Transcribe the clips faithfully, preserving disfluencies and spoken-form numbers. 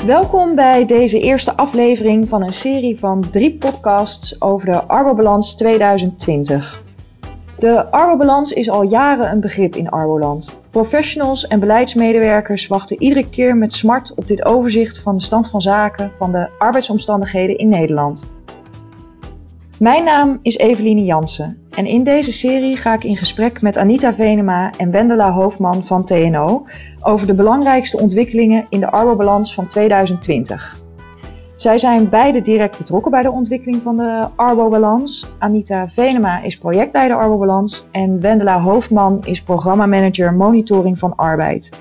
Welkom bij deze eerste aflevering van een serie van drie podcasts over de Arbobalans tweeduizend twintig. De Arbobalans is al jaren een begrip in Arboland. Professionals en beleidsmedewerkers wachten iedere keer met smart op dit overzicht van de stand van zaken van de arbeidsomstandigheden in Nederland. Mijn naam is Eveline Jansen en in deze serie ga ik in gesprek met Anita Venema en Wendela Hoofdman van T N O over de belangrijkste ontwikkelingen in de Arbobalans van tweeduizend twintig. Zij zijn beide direct betrokken bij de ontwikkeling van de Arbobalans. Anita Venema is projectleider Arbobalans en Wendela Hoofdman is programmamanager monitoring van arbeid.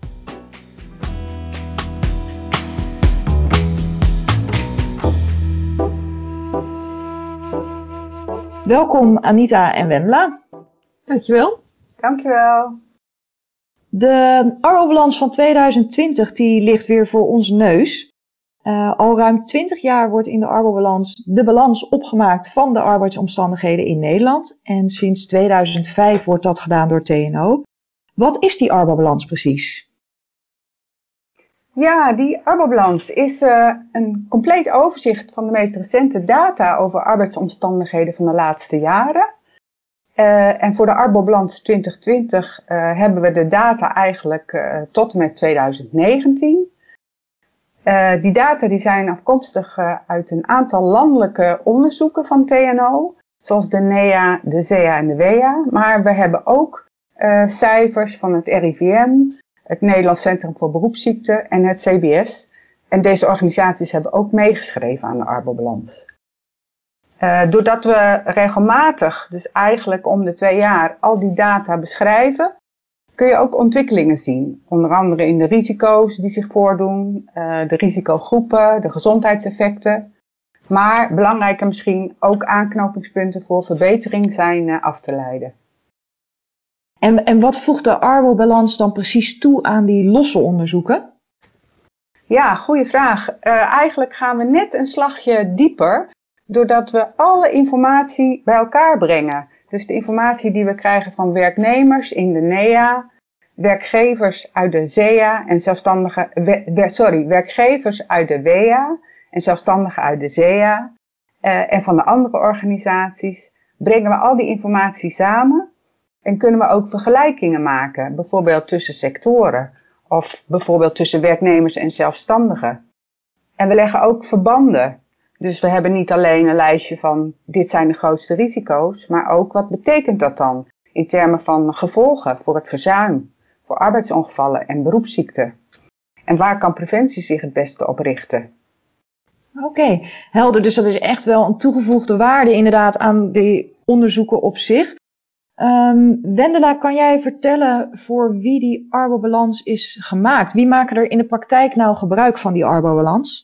Welkom Anita en Wendela. Dankjewel. Dankjewel. De Arbobalans van tweeduizend twintig die ligt weer voor onze neus. Uh, al ruim twintig jaar wordt in de Arbobalans de balans opgemaakt van de arbeidsomstandigheden in Nederland. En sinds tweeduizend vijf wordt dat gedaan door T N O. Wat is die Arbobalans precies? Ja, die Arbobalans is uh, een compleet overzicht van de meest recente data over arbeidsomstandigheden van de laatste jaren. Uh, en voor de Arbobalans twintig twintig uh, hebben we de data eigenlijk uh, tot en met tweeduizend negentien. Uh, die data die zijn afkomstig uh, uit een aantal landelijke onderzoeken van T N O, zoals de N E A, de Z E A en de W E A. Maar we hebben ook uh, cijfers van het R I V M, het Nederlands Centrum voor Beroepsziekten en het C B S. En deze organisaties hebben ook meegeschreven aan de Arbobalans. Uh, doordat we regelmatig, dus eigenlijk om de twee jaar, al die data beschrijven, kun je ook ontwikkelingen zien. Onder andere in de risico's die zich voordoen, uh, de risicogroepen, de gezondheidseffecten. Maar belangrijker misschien ook aanknopingspunten voor verbetering zijn uh, af te leiden. En, en wat voegt de Arbobalans dan precies toe aan die losse onderzoeken? Ja, goede vraag. Uh, eigenlijk gaan we net een slagje dieper, doordat we alle informatie bij elkaar brengen. Dus de informatie die we krijgen van werknemers in de N E A, werkgevers uit de Z E A en zelfstandigen, we, sorry, werkgevers uit de W E A en zelfstandigen uit de Z E A uh, en van de andere organisaties, brengen we al die informatie samen en kunnen we ook vergelijkingen maken, bijvoorbeeld tussen sectoren of bijvoorbeeld tussen werknemers en zelfstandigen. En we leggen ook verbanden. Dus we hebben niet alleen een lijstje van dit zijn de grootste risico's, maar ook wat betekent dat dan in termen van gevolgen voor het verzuim, voor arbeidsongevallen en beroepsziekten. En waar kan preventie zich het beste op richten? Oké, okay, helder. Dus dat is echt wel een toegevoegde waarde inderdaad aan die onderzoeken op zich. Um, Wendela, kan jij vertellen voor wie die Arbobalans is gemaakt? Wie maken er in de praktijk nou gebruik van die Arbobalans?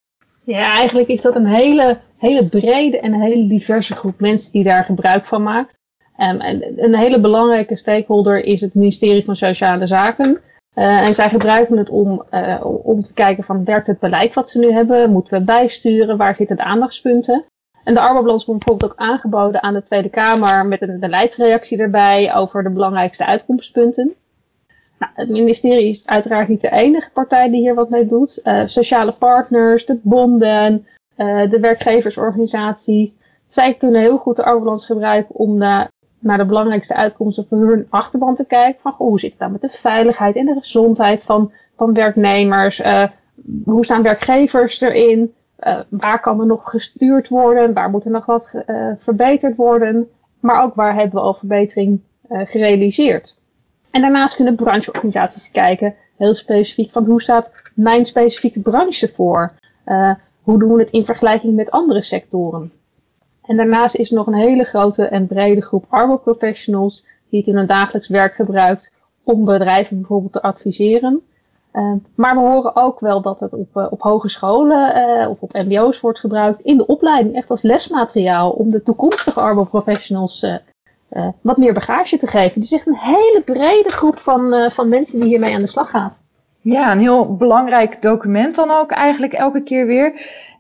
Ja, eigenlijk is dat een hele, hele brede en een hele diverse groep mensen die daar gebruik van maakt. Um, en een hele belangrijke stakeholder is het ministerie van Sociale Zaken. Uh, en zij gebruiken het om, uh, om te kijken van werkt het beleid wat ze nu hebben? Moeten we bijsturen? Waar zitten de aandachtspunten? En de Arbobalans wordt bijvoorbeeld ook aangeboden aan de Tweede Kamer met een beleidsreactie erbij over de belangrijkste uitkomstpunten. Nou, het ministerie is uiteraard niet de enige partij die hier wat mee doet. Uh, sociale partners, de bonden, uh, de werkgeversorganisaties. Zij kunnen heel goed de Arbobalans gebruiken om de, naar de belangrijkste uitkomsten van hun achterban te kijken. Van, goh, hoe zit het dan met de veiligheid en de gezondheid van, van werknemers? Uh, hoe staan werkgevers erin? Uh, waar kan er nog gestuurd worden? Waar moet er nog wat uh, verbeterd worden? Maar ook waar hebben we al verbetering uh, gerealiseerd? En daarnaast kunnen brancheorganisaties kijken, heel specifiek, van hoe staat mijn specifieke branche voor? Uh, hoe doen we het in vergelijking met andere sectoren? En daarnaast is er nog een hele grote en brede groep arbo-professionals die het in hun dagelijks werk gebruikt om bedrijven bijvoorbeeld te adviseren. Uh, maar we horen ook wel dat het op, uh, op hogescholen uh, of op mbo's wordt gebruikt in de opleiding, echt als lesmateriaal om de toekomstige arbo-professionals uh, uh, wat meer bagage te geven. Dus echt een hele brede groep van, uh, van mensen die hiermee aan de slag gaat. Ja, een heel belangrijk document dan ook eigenlijk elke keer weer.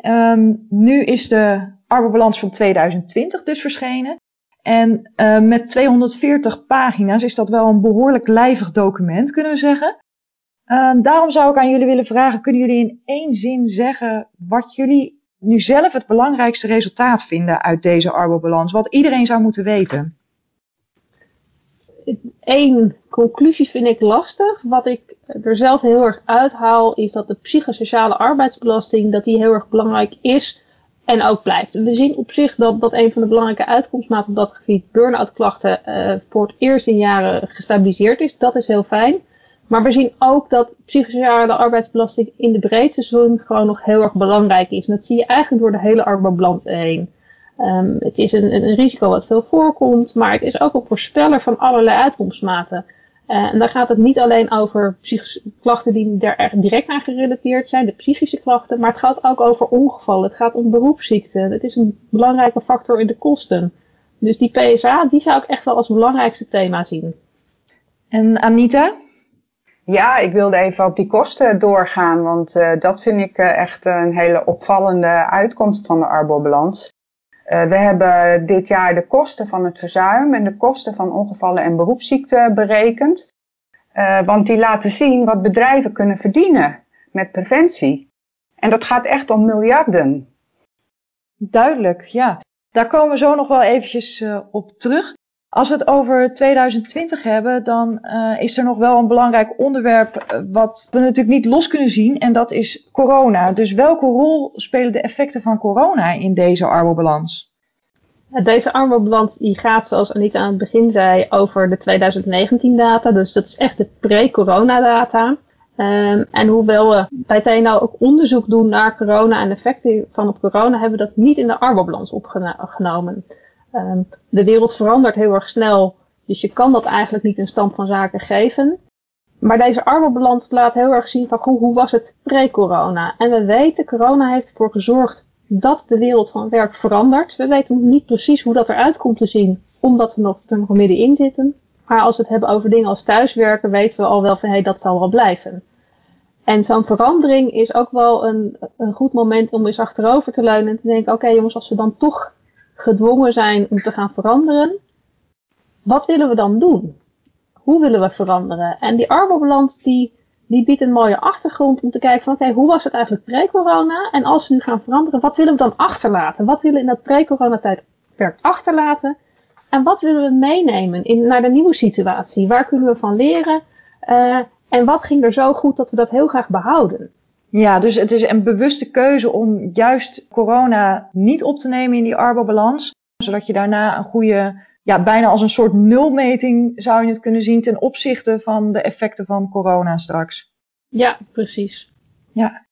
Um, nu is de Arbobalans van tweeduizend twintig dus verschenen. En uh, met tweehonderdveertig pagina's is dat wel een behoorlijk lijvig document, kunnen we zeggen. Uh, daarom zou ik aan jullie willen vragen, kunnen jullie in één zin zeggen wat jullie nu zelf het belangrijkste resultaat vinden uit deze Arbo-balans? Wat iedereen zou moeten weten? Eén conclusie vind ik lastig. Wat ik er zelf heel erg uithaal is dat de psychosociale arbeidsbelasting dat die heel erg belangrijk is en ook blijft. We zien op zich dat, dat een van de belangrijke uitkomstmaten op dat gebied, burn-out klachten, uh, voor het eerst in jaren gestabiliseerd is. Dat is heel fijn. Maar we zien ook dat psychosociale arbeidsbelasting in de breedste zin gewoon nog heel erg belangrijk is. En dat zie je eigenlijk door de hele Arbo-balans heen. Um, het is een, een risico wat veel voorkomt, maar het is ook een voorspeller van allerlei uitkomstmaten. Uh, en dan gaat het niet alleen over psychische klachten die daar direct aan gerelateerd zijn, de psychische klachten, maar het gaat ook over ongevallen. Het gaat om beroepsziekten. Het is een belangrijke factor in de kosten. Dus die P S A, die zou ik echt wel als belangrijkste thema zien. En Anita? Ja, ik wilde even op die kosten doorgaan, want uh, dat vind ik uh, echt een hele opvallende uitkomst van de Arbo-balans. Uh, we hebben dit jaar de kosten van het verzuim en de kosten van ongevallen en beroepsziekten berekend. Uh, want die laten zien wat bedrijven kunnen verdienen met preventie. En dat gaat echt om miljarden. Duidelijk, ja. Daar komen we zo nog wel eventjes uh, op terug. Als we het over tweeduizend twintig hebben, dan uh, is er nog wel een belangrijk onderwerp uh, wat we natuurlijk niet los kunnen zien. En dat is corona. Dus welke rol spelen de effecten van corona in deze Arbo-balans? Deze Arbo-balans die gaat, zoals Anita aan het begin zei, over de tweeduizend negentien data. Dus dat is echt de pre-corona data. Um, en hoewel we bij T N O ook onderzoek doen naar corona en effecten van op corona, hebben we dat niet in de Arbo-balans opgenomen. Um, de wereld verandert heel erg snel, dus je kan dat eigenlijk niet in stand van zaken geven. Maar deze Arbo-balans laat heel erg zien van goh, hoe was het pre-corona. En we weten, corona heeft ervoor gezorgd dat de wereld van werk verandert. We weten niet precies hoe dat eruit komt te zien, omdat we nog, er nog middenin zitten. Maar als we het hebben over dingen als thuiswerken, weten we al wel van hé, hey, dat zal wel blijven. En zo'n verandering is ook wel een, een goed moment om eens achterover te leunen en te denken, oké okay, jongens, als we dan toch gedwongen zijn om te gaan veranderen, wat willen we dan doen? Hoe willen we veranderen? En die Arbo-balans die, die biedt een mooie achtergrond om te kijken van oké, okay, hoe was het eigenlijk pre-corona? En als we nu gaan veranderen, wat willen we dan achterlaten? Wat willen we in dat pre-coronatijdperk achterlaten? En wat willen we meenemen in, naar de nieuwe situatie? Waar kunnen we van leren? Uh, en wat ging er zo goed dat we dat heel graag behouden? Ja, dus het is een bewuste keuze om juist corona niet op te nemen in die Arbo-balans. Zodat je daarna een goede, ja, bijna als een soort nulmeting zou je het kunnen zien ten opzichte van de effecten van corona straks. Ja, precies. Ja.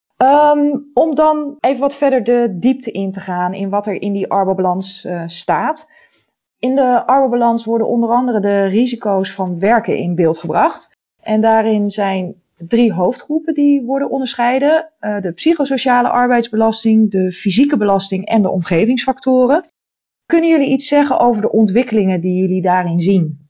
Um, om dan even wat verder de diepte in te gaan in wat er in die Arbo-balans uh, staat. In de Arbo-balans worden onder andere de risico's van werken in beeld gebracht. En daarin zijn drie hoofdgroepen die worden onderscheiden. Uh, de psychosociale arbeidsbelasting, de fysieke belasting en de omgevingsfactoren. Kunnen jullie iets zeggen over de ontwikkelingen die jullie daarin zien?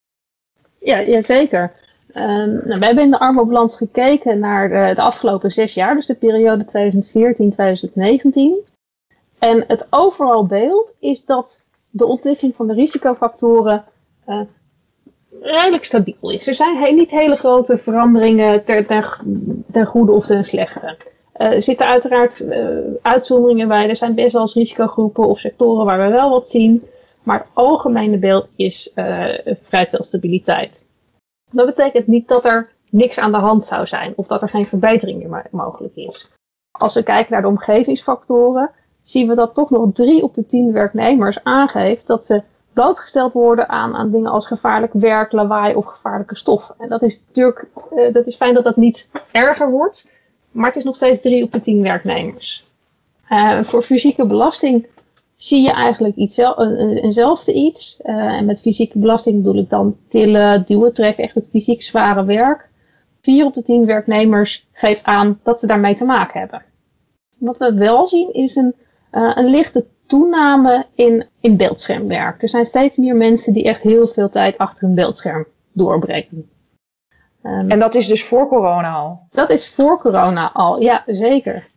Ja, ja zeker. Um, nou, we hebben in de Arbo-balans gekeken naar de, de afgelopen zes jaar, dus de periode tweeduizend veertien tot tweeduizend negentien. En het overal beeld is dat de ontwikkeling van de risicofactoren uh, redelijk stabiel is. Er zijn he- niet hele grote veranderingen ten, ten, ten goede of ten slechte. Uh, er zitten uiteraard uh, uitzonderingen bij. Er zijn best wel eens risicogroepen of sectoren waar we wel wat zien. Maar het algemene beeld is uh, vrij veel stabiliteit. Dat betekent niet dat er niks aan de hand zou zijn of dat er geen verbetering meer mogelijk is. Als we kijken naar de omgevingsfactoren, zien we dat toch nog drie op de tien werknemers aangeeft dat ze blootgesteld worden aan, aan dingen als gevaarlijk werk, lawaai of gevaarlijke stoffen. En dat is natuurlijk, uh, dat is fijn dat dat niet erger wordt, maar het is nog steeds drie op de tien werknemers. Uh, voor fysieke belasting zie je eigenlijk iets, een, eenzelfde iets. Uh, en met fysieke belasting bedoel ik dan tillen, duwen, trekken, echt het fysiek zware werk. vier op de tien werknemers geeft aan dat ze daarmee te maken hebben. Wat we wel zien is een, uh, een lichte toename in, in beeldschermwerk. Er zijn steeds meer mensen die echt heel veel tijd achter een beeldscherm doorbrengen. Um, en dat is dus voor corona al? Dat is voor corona al, ja zeker.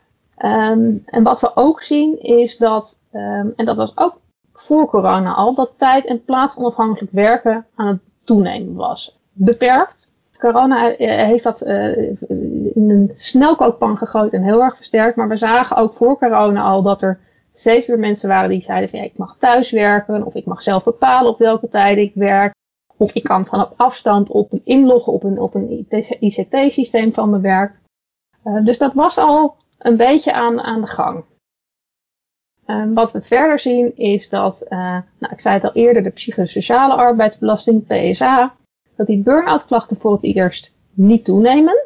Um, en wat we ook zien is dat, um, en dat was ook voor corona al, dat tijd- en plaatsonafhankelijk werken aan het toenemen was. Beperkt, Corona heeft dat uh, in een snelkookpan gegooid en heel erg versterkt. Maar we zagen ook voor corona al dat er steeds meer mensen waren die zeiden van ja, ik mag thuis werken. Of ik mag zelf bepalen op welke tijden ik werk. Of ik kan van op afstand op een inloggen op een, op een I C T-systeem van mijn werk. Uh, dus dat was al een beetje aan, aan de gang. Uh, wat we verder zien is dat, uh, nou, ik zei het al eerder, de psychosociale arbeidsbelasting, P S A, dat die burn-out klachten voor het eerst niet toenemen.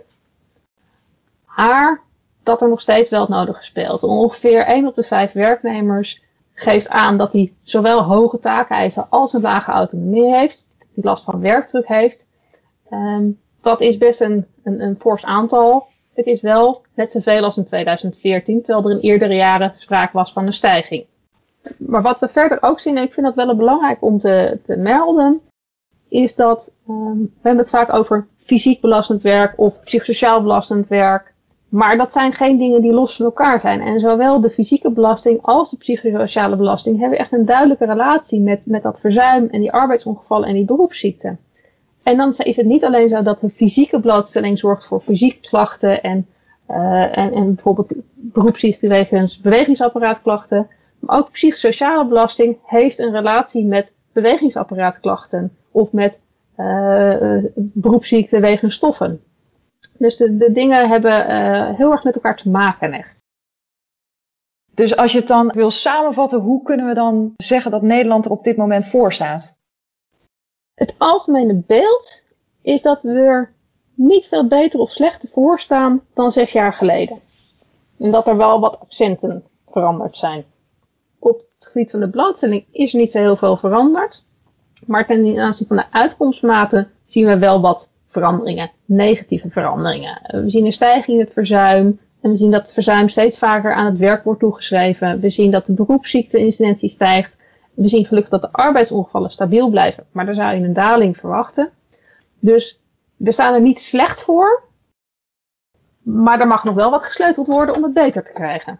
Maar dat er nog steeds wel het nodige speelt. Ongeveer één op de vijf werknemers geeft aan dat hij zowel hoge taakeisen als een lage autonomie heeft. Die last van werkdruk heeft. Um, dat is best een, een, een fors aantal. Het is wel net zoveel als in tweeduizend veertien, terwijl er in eerdere jaren sprake was van een stijging. Maar wat we verder ook zien, en ik vind dat wel belangrijk om te, te melden, is dat, um, we hebben het vaak over fysiek belastend werk of psychosociaal belastend werk. Maar dat zijn geen dingen die los van elkaar zijn. En zowel de fysieke belasting als de psychosociale belasting hebben echt een duidelijke relatie met, met dat verzuim en die arbeidsongevallen en die beroepsziekten. En dan is het niet alleen zo dat de fysieke blootstelling zorgt voor fysieke klachten en, uh, en, en bijvoorbeeld beroepsziekten wegens bewegingsapparaatklachten. Maar ook psychosociale belasting heeft een relatie met bewegingsapparaatklachten of met uh, beroepsziekten wegens stoffen. Dus de, de dingen hebben uh, heel erg met elkaar te maken echt. Dus als je het dan wil samenvatten, hoe kunnen we dan zeggen dat Nederland er op dit moment voor staat? Het algemene beeld is dat we er niet veel beter of slechter voor staan dan zes jaar geleden. En dat er wel wat accenten veranderd zijn. Op het gebied van de blootstelling is er niet zo heel veel veranderd. Maar ten aanzien van de uitkomstmaten zien we wel wat veranderingen. Negatieve veranderingen. We zien een stijging in het verzuim. En we zien dat het verzuim steeds vaker aan het werk wordt toegeschreven. We zien dat de beroepsziekte-incidentie stijgt. We zien gelukkig dat de arbeidsongevallen stabiel blijven. Maar daar zou je een daling verwachten. Dus we staan er niet slecht voor. Maar er mag nog wel wat gesleuteld worden om het beter te krijgen.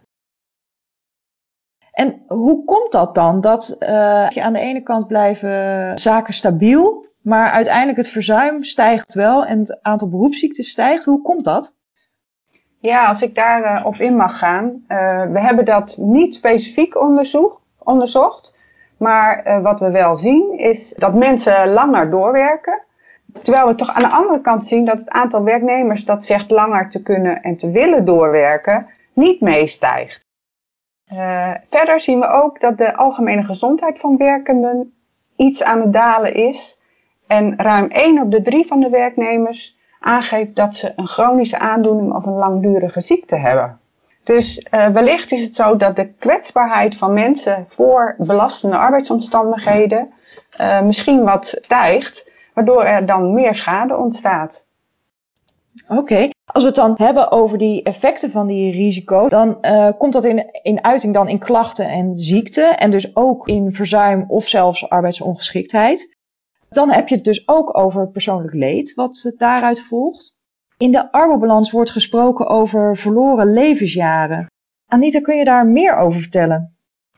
En hoe komt dat dan? Dat uh, aan de ene kant blijven zaken stabiel, maar uiteindelijk het verzuim stijgt wel en het aantal beroepsziekten stijgt. Hoe komt dat? Ja, als ik daar uh, op in mag gaan. Uh, we hebben dat niet specifiek onderzoek, onderzocht. Maar uh, wat we wel zien is dat mensen langer doorwerken. Terwijl we toch aan de andere kant zien dat het aantal werknemers dat zegt langer te kunnen en te willen doorwerken niet meestijgt. Uh, verder zien we ook dat de algemene gezondheid van werkenden iets aan het dalen is. En ruim één op de drie van de werknemers aangeeft dat ze een chronische aandoening of een langdurige ziekte hebben. Dus uh, wellicht is het zo dat de kwetsbaarheid van mensen voor belastende arbeidsomstandigheden uh, misschien wat stijgt, waardoor er dan meer schade ontstaat. Oké, okay. Als we het dan hebben over die effecten van die risico, dan uh, komt dat in, in uiting dan in klachten en ziekten en dus ook in verzuim of zelfs arbeidsongeschiktheid. Dan heb je het dus ook over persoonlijk leed, wat daaruit volgt. In de Arbobalans wordt gesproken over verloren levensjaren. Anita, kun je daar meer over vertellen?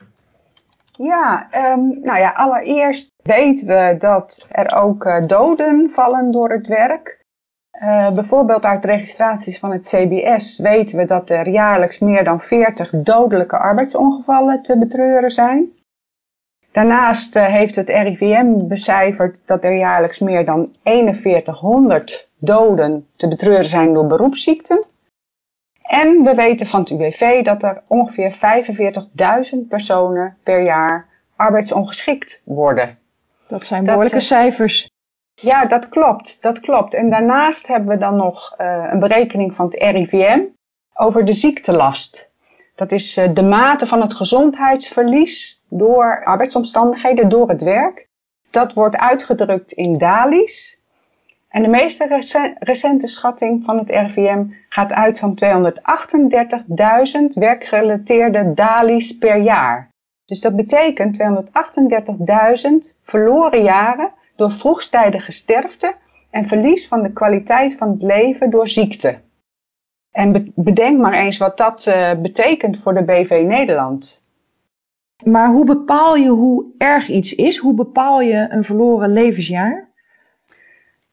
Ja, um, nou ja, allereerst weten we dat er ook uh, doden vallen door het werk. Uh, bijvoorbeeld uit registraties van het C B S weten we dat er jaarlijks meer dan veertig dodelijke arbeidsongevallen te betreuren zijn. Daarnaast uh, heeft het R I V M becijferd dat er jaarlijks meer dan eenenveertighonderd doden te betreuren zijn door beroepsziekten. En we weten van het U W V dat er ongeveer vijfenveertigduizend personen per jaar arbeidsongeschikt worden. Dat zijn behoorlijke dat, cijfers. Ja, dat klopt, dat klopt. En daarnaast hebben we dan nog uh, een berekening van het R I V M over de ziektelast. Dat is uh, de mate van het gezondheidsverlies door arbeidsomstandigheden, door het werk. Dat wordt uitgedrukt in D A L Y's. En de meest recente schatting van het R I V M gaat uit van tweehonderdachtendertigduizend werkgerelateerde D A L Y's per jaar. Dus dat betekent tweehonderdachtendertigduizend verloren jaren door vroegtijdige sterfte en verlies van de kwaliteit van het leven door ziekte. En bedenk maar eens wat dat uh, betekent voor de B V Nederland. Maar hoe bepaal je hoe erg iets is? Hoe bepaal je een verloren levensjaar?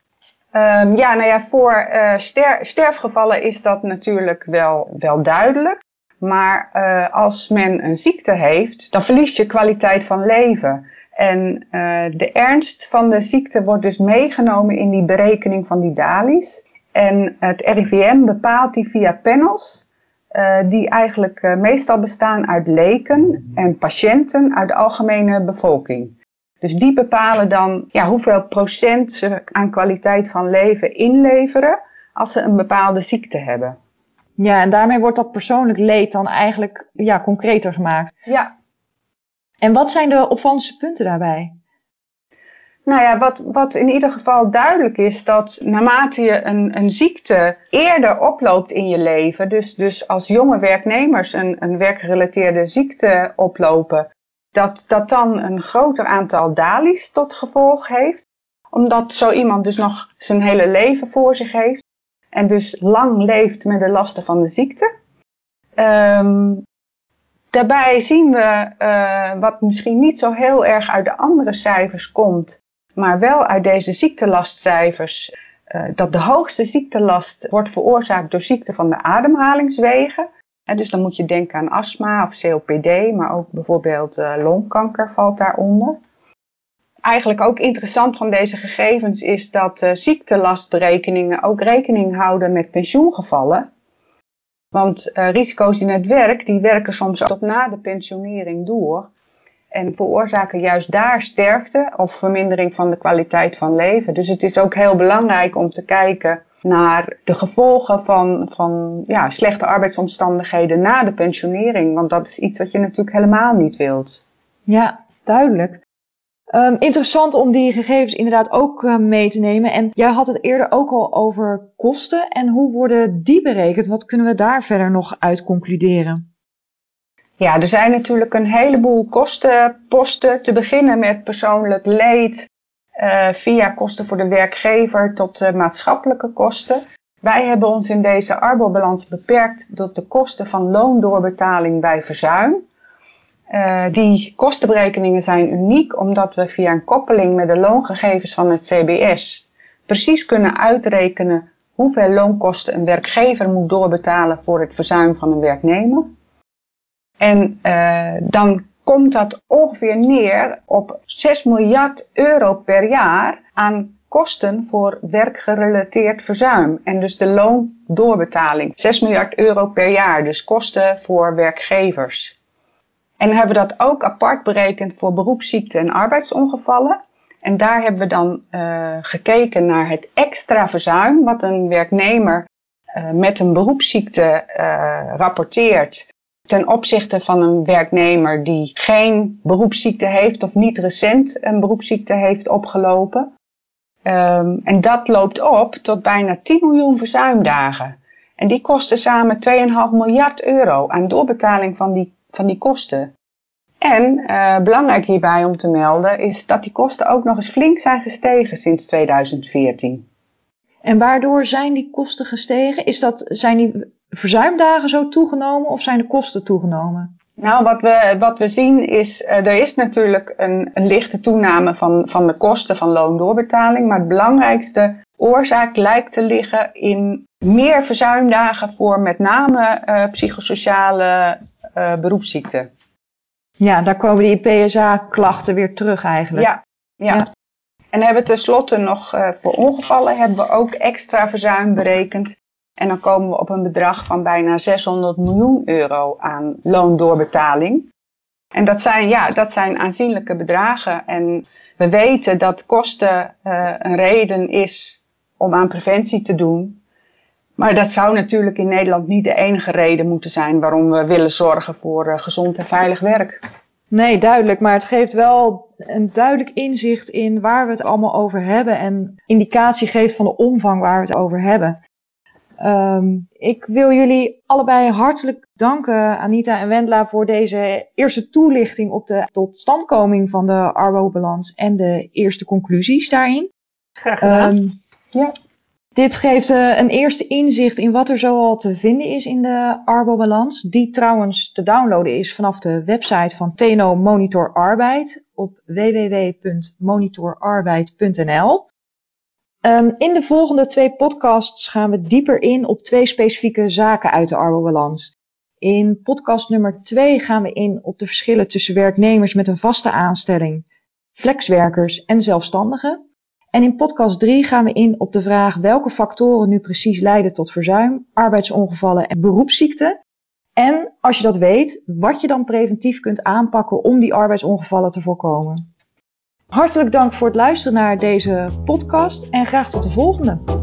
Um, ja, nou ja, voor uh, ster- sterfgevallen is dat natuurlijk wel, wel duidelijk. Maar uh, als men een ziekte heeft, dan verlies je kwaliteit van leven. En uh, de ernst van de ziekte wordt dus meegenomen in die berekening van die D A L Y's. En het R I V M bepaalt die via panels, uh, die eigenlijk uh, meestal bestaan uit leken en patiënten uit de algemene bevolking. Dus die bepalen dan ja, hoeveel procent ze aan kwaliteit van leven inleveren als ze een bepaalde ziekte hebben. Ja, en daarmee wordt dat persoonlijk leed dan eigenlijk ja, concreter gemaakt. Ja. En wat zijn de opvallendste punten daarbij? Nou ja, wat, wat in ieder geval duidelijk is, dat naarmate je een, een ziekte eerder oploopt in je leven, dus, dus als jonge werknemers een, een werkgerelateerde ziekte oplopen, dat dat dan een groter aantal D A L Y's tot gevolg heeft. Omdat zo iemand dus nog zijn hele leven voor zich heeft en dus lang leeft met de lasten van de ziekte. Um, daarbij zien we, uh, wat misschien niet zo heel erg uit de andere cijfers komt, maar wel uit deze ziektelastcijfers, uh, dat de hoogste ziektelast wordt veroorzaakt door ziekte van de ademhalingswegen. En dus dan moet je denken aan astma of C O P D, maar ook bijvoorbeeld uh, longkanker valt daaronder. Eigenlijk ook interessant van deze gegevens is dat uh, ziektelastberekeningen ook rekening houden met pensioengevallen. Want uh, risico's in het werk, die werken soms tot na de pensionering door. En veroorzaken juist daar sterfte of vermindering van de kwaliteit van leven. Dus het is ook heel belangrijk om te kijken naar de gevolgen van, van ja, slechte arbeidsomstandigheden na de pensionering. Want dat is iets wat je natuurlijk helemaal niet wilt. Ja, duidelijk. Um, interessant om die gegevens inderdaad ook uh, mee te nemen. En jij had het eerder ook al over kosten. En hoe worden die berekend? Wat kunnen we daar verder nog uit concluderen? Ja, er zijn natuurlijk een heleboel kostenposten. Te beginnen met persoonlijk leed, uh, via kosten voor de werkgever tot uh, maatschappelijke kosten. Wij hebben ons in deze Arbo-balans beperkt tot de kosten van loondoorbetaling bij verzuim. Uh, die kostenberekeningen zijn uniek omdat we via een koppeling met de loongegevens van het C B S precies kunnen uitrekenen hoeveel loonkosten een werkgever moet doorbetalen voor het verzuim van een werknemer. En uh, dan komt dat ongeveer neer op zes miljard euro per jaar aan kosten voor werkgerelateerd verzuim. En dus de loondoorbetaling. zes miljard euro per jaar, dus kosten voor werkgevers. En dan hebben we dat ook apart berekend voor beroepsziekte en arbeidsongevallen. En daar hebben we dan uh, gekeken naar het extra verzuim wat een werknemer uh, met een beroepsziekte uh, rapporteert ten opzichte van een werknemer die geen beroepsziekte heeft of niet recent een beroepsziekte heeft opgelopen. Um, en dat loopt op tot bijna tien miljoen verzuimdagen. En die kosten samen twee komma vijf miljard euro aan doorbetaling van die, van die kosten. En uh, belangrijk hierbij om te melden is dat die kosten ook nog eens flink zijn gestegen sinds tweeduizend veertien. En waardoor zijn die kosten gestegen? Is dat, zijn die verzuimdagen zo toegenomen of zijn de kosten toegenomen? Nou, wat we, wat we zien is, uh, er is natuurlijk een, een lichte toename van, van de kosten van loondoorbetaling. Maar het belangrijkste oorzaak lijkt te liggen in meer verzuimdagen voor met name uh, psychosociale uh, beroepsziekten. Ja, daar komen die P S A-klachten weer terug eigenlijk. Ja, ja. ja. En hebben we tenslotte nog uh, voor ongevallen hebben we ook extra verzuim berekend. En dan komen we op een bedrag van bijna zeshonderd miljoen euro aan loondoorbetaling. En dat zijn, ja, dat zijn aanzienlijke bedragen. En we weten dat kosten uh, een reden is om aan preventie te doen. Maar dat zou natuurlijk in Nederland niet de enige reden moeten zijn waarom we willen zorgen voor uh, gezond en veilig werk. Nee, duidelijk. Maar het geeft wel een duidelijk inzicht in waar we het allemaal over hebben. En indicatie geeft van de omvang waar we het over hebben. Um, ik wil jullie allebei hartelijk danken, Anita en Wendla, voor deze eerste toelichting op de totstandkoming van de Arbo-balans en de eerste conclusies daarin. Graag gedaan. Um, ja. Dit geeft uh, een eerste inzicht in wat er zoal te vinden is in de Arbo-balans, die trouwens te downloaden is vanaf de website van T N O Monitor Arbeid op w w w punt monitor arbeid punt n l. Um, in de volgende twee podcasts gaan we dieper in op twee specifieke zaken uit de Arbo-balans. In podcast nummer twee gaan we in op de verschillen tussen werknemers met een vaste aanstelling, flexwerkers en zelfstandigen. En in podcast drie gaan we in op de vraag welke factoren nu precies leiden tot verzuim, arbeidsongevallen en beroepsziekten. En als je dat weet, wat je dan preventief kunt aanpakken om die arbeidsongevallen te voorkomen. Hartelijk dank voor het luisteren naar deze podcast en graag tot de volgende.